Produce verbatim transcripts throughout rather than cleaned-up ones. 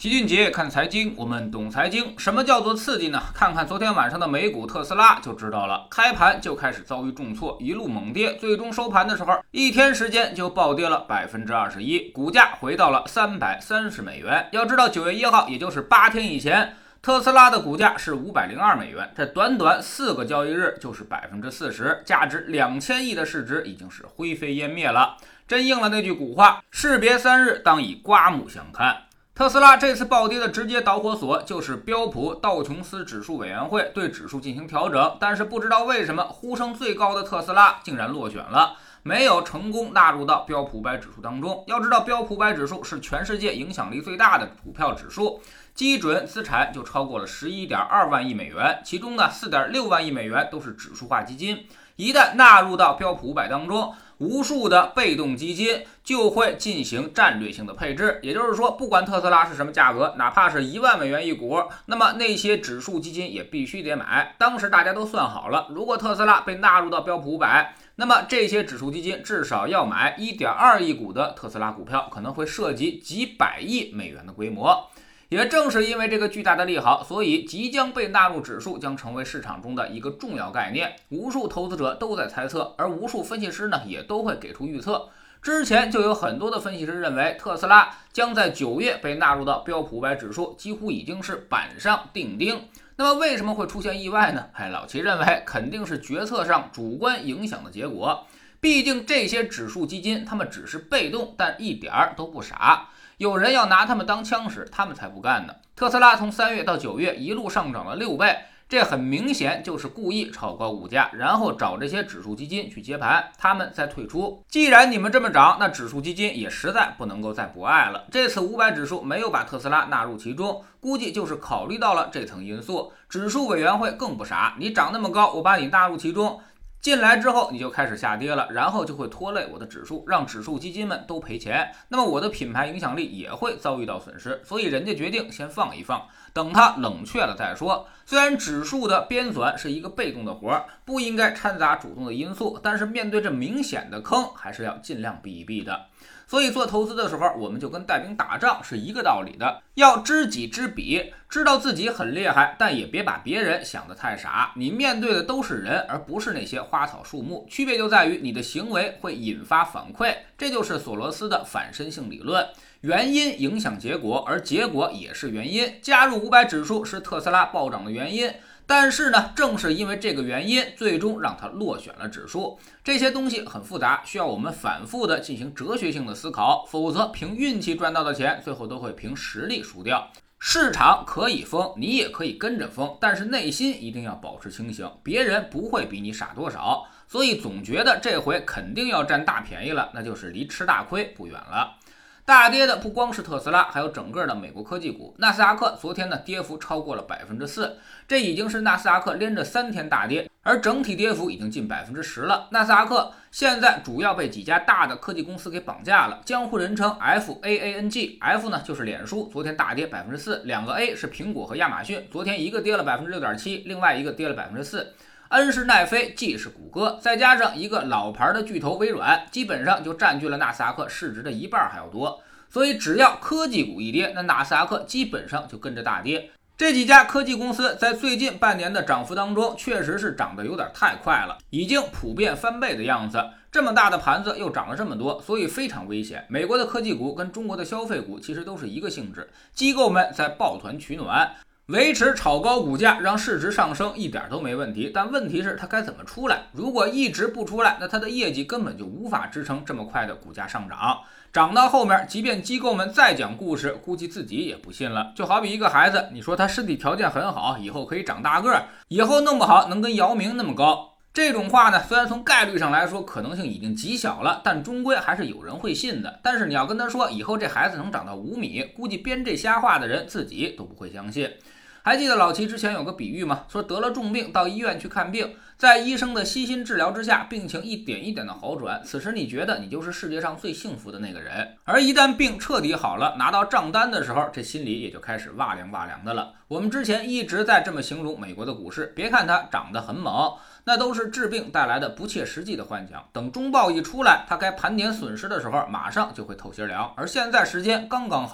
齐俊杰看财经，我们懂财经。什么叫做刺激呢？看看昨天晚上的美股特斯拉就知道了。开盘就开始遭遇重挫，一路猛跌，最终收盘的时候，一天时间就暴跌了 百分之二十一， 股价回到了三百三十美元。要知道九月一号，也就是八天以前，特斯拉的股价是五百零二美元，这短短四个交易日就是 百分之四十， 价值两千亿的市值已经是灰飞烟灭了。真应了那句古话，士别三日，当以刮目相看。特斯拉这次暴跌的直接导火索就是标普道琼斯指数委员会对指数进行调整，但是不知道为什么呼声最高的特斯拉竟然落选了，没有成功纳入到标普五百指数当中。要知道标普五百指数是全世界影响力最大的股票指数，基准资产就超过了 十一点二万亿美元，其中呢 四点六万亿美元都是指数化基金。一旦纳入到标普五百当中，无数的被动基金就会进行战略性的配置，也就是说，不管特斯拉是什么价格，哪怕是一万美元一股，那么那些指数基金也必须得买。当时大家都算好了，如果特斯拉被纳入到标普五百，那么这些指数基金至少要买 一点二亿股的特斯拉股票，可能会涉及几百亿美元的规模。也正是因为这个巨大的利好，所以即将被纳入指数将成为市场中的一个重要概念。无数投资者都在猜测，而无数分析师呢也都会给出预测。之前就有很多的分析师认为特斯拉将在九月被纳入到标普五百指数，几乎已经是板上钉钉。那么为什么会出现意外呢？哎，老齐认为肯定是决策上主观影响的结果。毕竟这些指数基金他们只是被动，但一点儿都不傻。有人要拿他们当枪使，他们才不干呢。特斯拉从三月到九月一路上涨了六倍，这很明显就是故意炒高股价，然后找这些指数基金去接盘，他们再退出。既然你们这么涨，那指数基金也实在不能够再博爱了。这次五百指数没有把特斯拉纳入其中，估计就是考虑到了这层因素。指数委员会更不傻，你涨那么高，我把你纳入其中，进来之后你就开始下跌了，然后就会拖累我的指数，让指数基金们都赔钱，那么我的品牌影响力也会遭遇到损失。所以人家决定先放一放，等它冷却了再说。虽然指数的编纂是一个被动的活，不应该掺杂主动的因素，但是面对这明显的坑，还是要尽量避一避的。所以做投资的时候，我们就跟带兵打仗是一个道理的，要知己知彼，知道自己很厉害，但也别把别人想得太傻。你面对的都是人，而不是那些花草树木，区别就在于你的行为会引发反馈，这就是索罗斯的反身性理论。原因影响结果，而结果也是原因。加入五百指数是特斯拉暴涨的原因，但是呢，正是因为这个原因，最终让它落选了指数。这些东西很复杂，需要我们反复的进行哲学性的思考，否则凭运气赚到的钱，最后都会凭实力输掉。市场可以疯，你也可以跟着疯，但是内心一定要保持清醒，别人不会比你傻多少。所以总觉得这回肯定要占大便宜了，那就是离吃大亏不远了。大跌的不光是特斯拉，还有整个的美国科技股。纳斯达克昨天呢跌幅超过了 百分之四， 这已经是纳斯达克连着三天大跌，而整体跌幅已经近 百分之十 了。纳斯达克现在主要被几家大的科技公司给绑架了，江湖人称 F A A N G， F 呢就是脸书，昨天大跌 百分之四， 两个 A 是苹果和亚马逊，昨天一个跌了 百分之六点七， 另外一个跌了 百分之四。N 是奈飞，G 是谷歌，再加上一个老牌的巨头微软，基本上就占据了纳斯达克市值的一半还要多。所以只要科技股一跌，那纳斯达克基本上就跟着大跌。这几家科技公司在最近半年的涨幅当中，确实是涨得有点太快了，已经普遍翻倍的样子。这么大的盘子又涨了这么多，所以非常危险。美国的科技股跟中国的消费股其实都是一个性质，机构们在抱团取暖，维持炒高股价，让市值上升一点都没问题，但问题是它该怎么出来？如果一直不出来，那它的业绩根本就无法支撑这么快的股价上涨。涨到后面，即便机构们再讲故事，估计自己也不信了。就好比一个孩子，你说他身体条件很好，以后可以长大个儿，以后弄不好能跟姚明那么高。这种话呢，虽然从概率上来说可能性已经极小了，但终归还是有人会信的。但是你要跟他说以后这孩子能长到五米，估计编这瞎话的人自己都不会相信。还记得老齐之前有个比喻吗？说得了重病到医院去看病，在医生的悉心治疗之下，病情一点一点的好转，此时你觉得你就是世界上最幸福的那个人。而一旦病彻底好了，拿到账单的时候，这心里也就开始哇凉哇凉的了。我们之前一直在这么形容美国的股市，别看它涨得很猛，那都是治病带来的不切实际的幻想。等中报一出来，它该盘点损失的时候，马上就会透心凉。而现在时间刚刚好，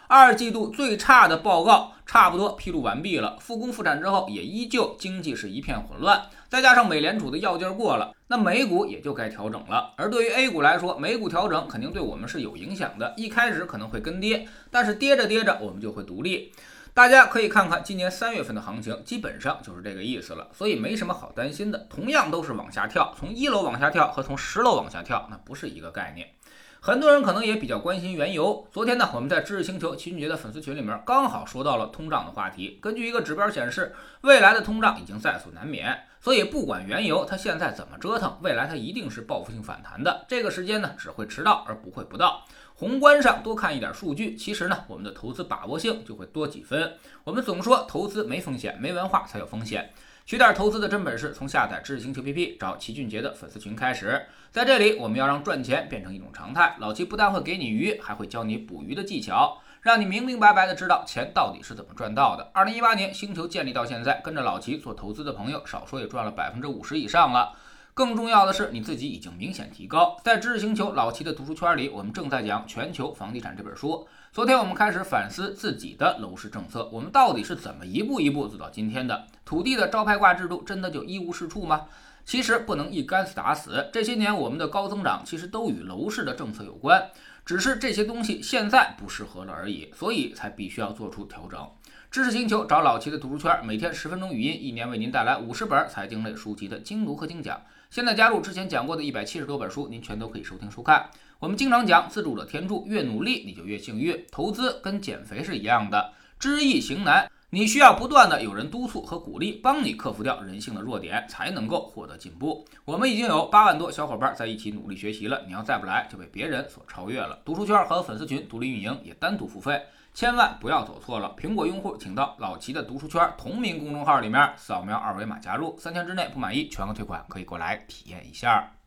二季度最差的报告差不多披露完毕了，复工复产之后也依旧经济是一片混乱，再加上美联储的药劲过了，那美股也就该调整了。而对于 A 股来说，美股调整肯定对我们是有影响的，一开始可能会跟跌，但是跌着跌着我们就会独立。大家可以看看今年三月份的行情，基本上就是这个意思了，所以没什么好担心的。同样都是往下跳，从一楼往下跳和从十楼往下跳那不是一个概念。很多人可能也比较关心原油。昨天呢，我们在知识星球齐俊杰的粉丝群里面刚好说到了通胀的话题。根据一个指标显示，未来的通胀已经在所难免，所以不管原油它现在怎么折腾，未来它一定是报复性反弹的。这个时间呢，只会迟到而不会不到。宏观上多看一点数据，其实呢，我们的投资把握性就会多几分。我们总说投资没风险，没文化才有风险。学点投资的真本事，从下载知识星球 A P P 找齐俊杰的粉丝群开始。在这里，我们要让赚钱变成一种常态。老齐不但会给你鱼，还会教你捕鱼的技巧，让你明明白白的知道钱到底是怎么赚到的。二零一八年星球建立到现在，跟着老齐做投资的朋友，少说也赚了百分之五十以上了。更重要的是，你自己已经明显提高。在知识星球老齐的读书圈里，我们正在讲《全球房地产》这本书。昨天我们开始反思自己的楼市政策，我们到底是怎么一步一步走到今天的？土地的招牌挂制度真的就一无是处吗？其实不能一竿子打死，这些年我们的高增长其实都与楼市的政策有关，只是这些东西现在不适合了而已，所以才必须要做出调整。知识星球找老齐的读书圈，每天十分钟语音，一年为您带来五十本财经类书籍的精读和精讲。现在加入之前讲过的一百七十多本书，您全都可以收听收看。我们经常讲自助者天助，越努力你就越幸运。投资跟减肥是一样的，知易行难，你需要不断的有人督促和鼓励，帮你克服掉人性的弱点，才能够获得进步。我们已经有八万多小伙伴在一起努力学习了，你要再不来就被别人所超越了。读书圈和粉丝群独立运营，也单独付费，千万不要走错了。苹果用户请到老齐的读书圈同名公众号里面扫描二维码加入，三天之内不满意全额退款，可以过来体验一下。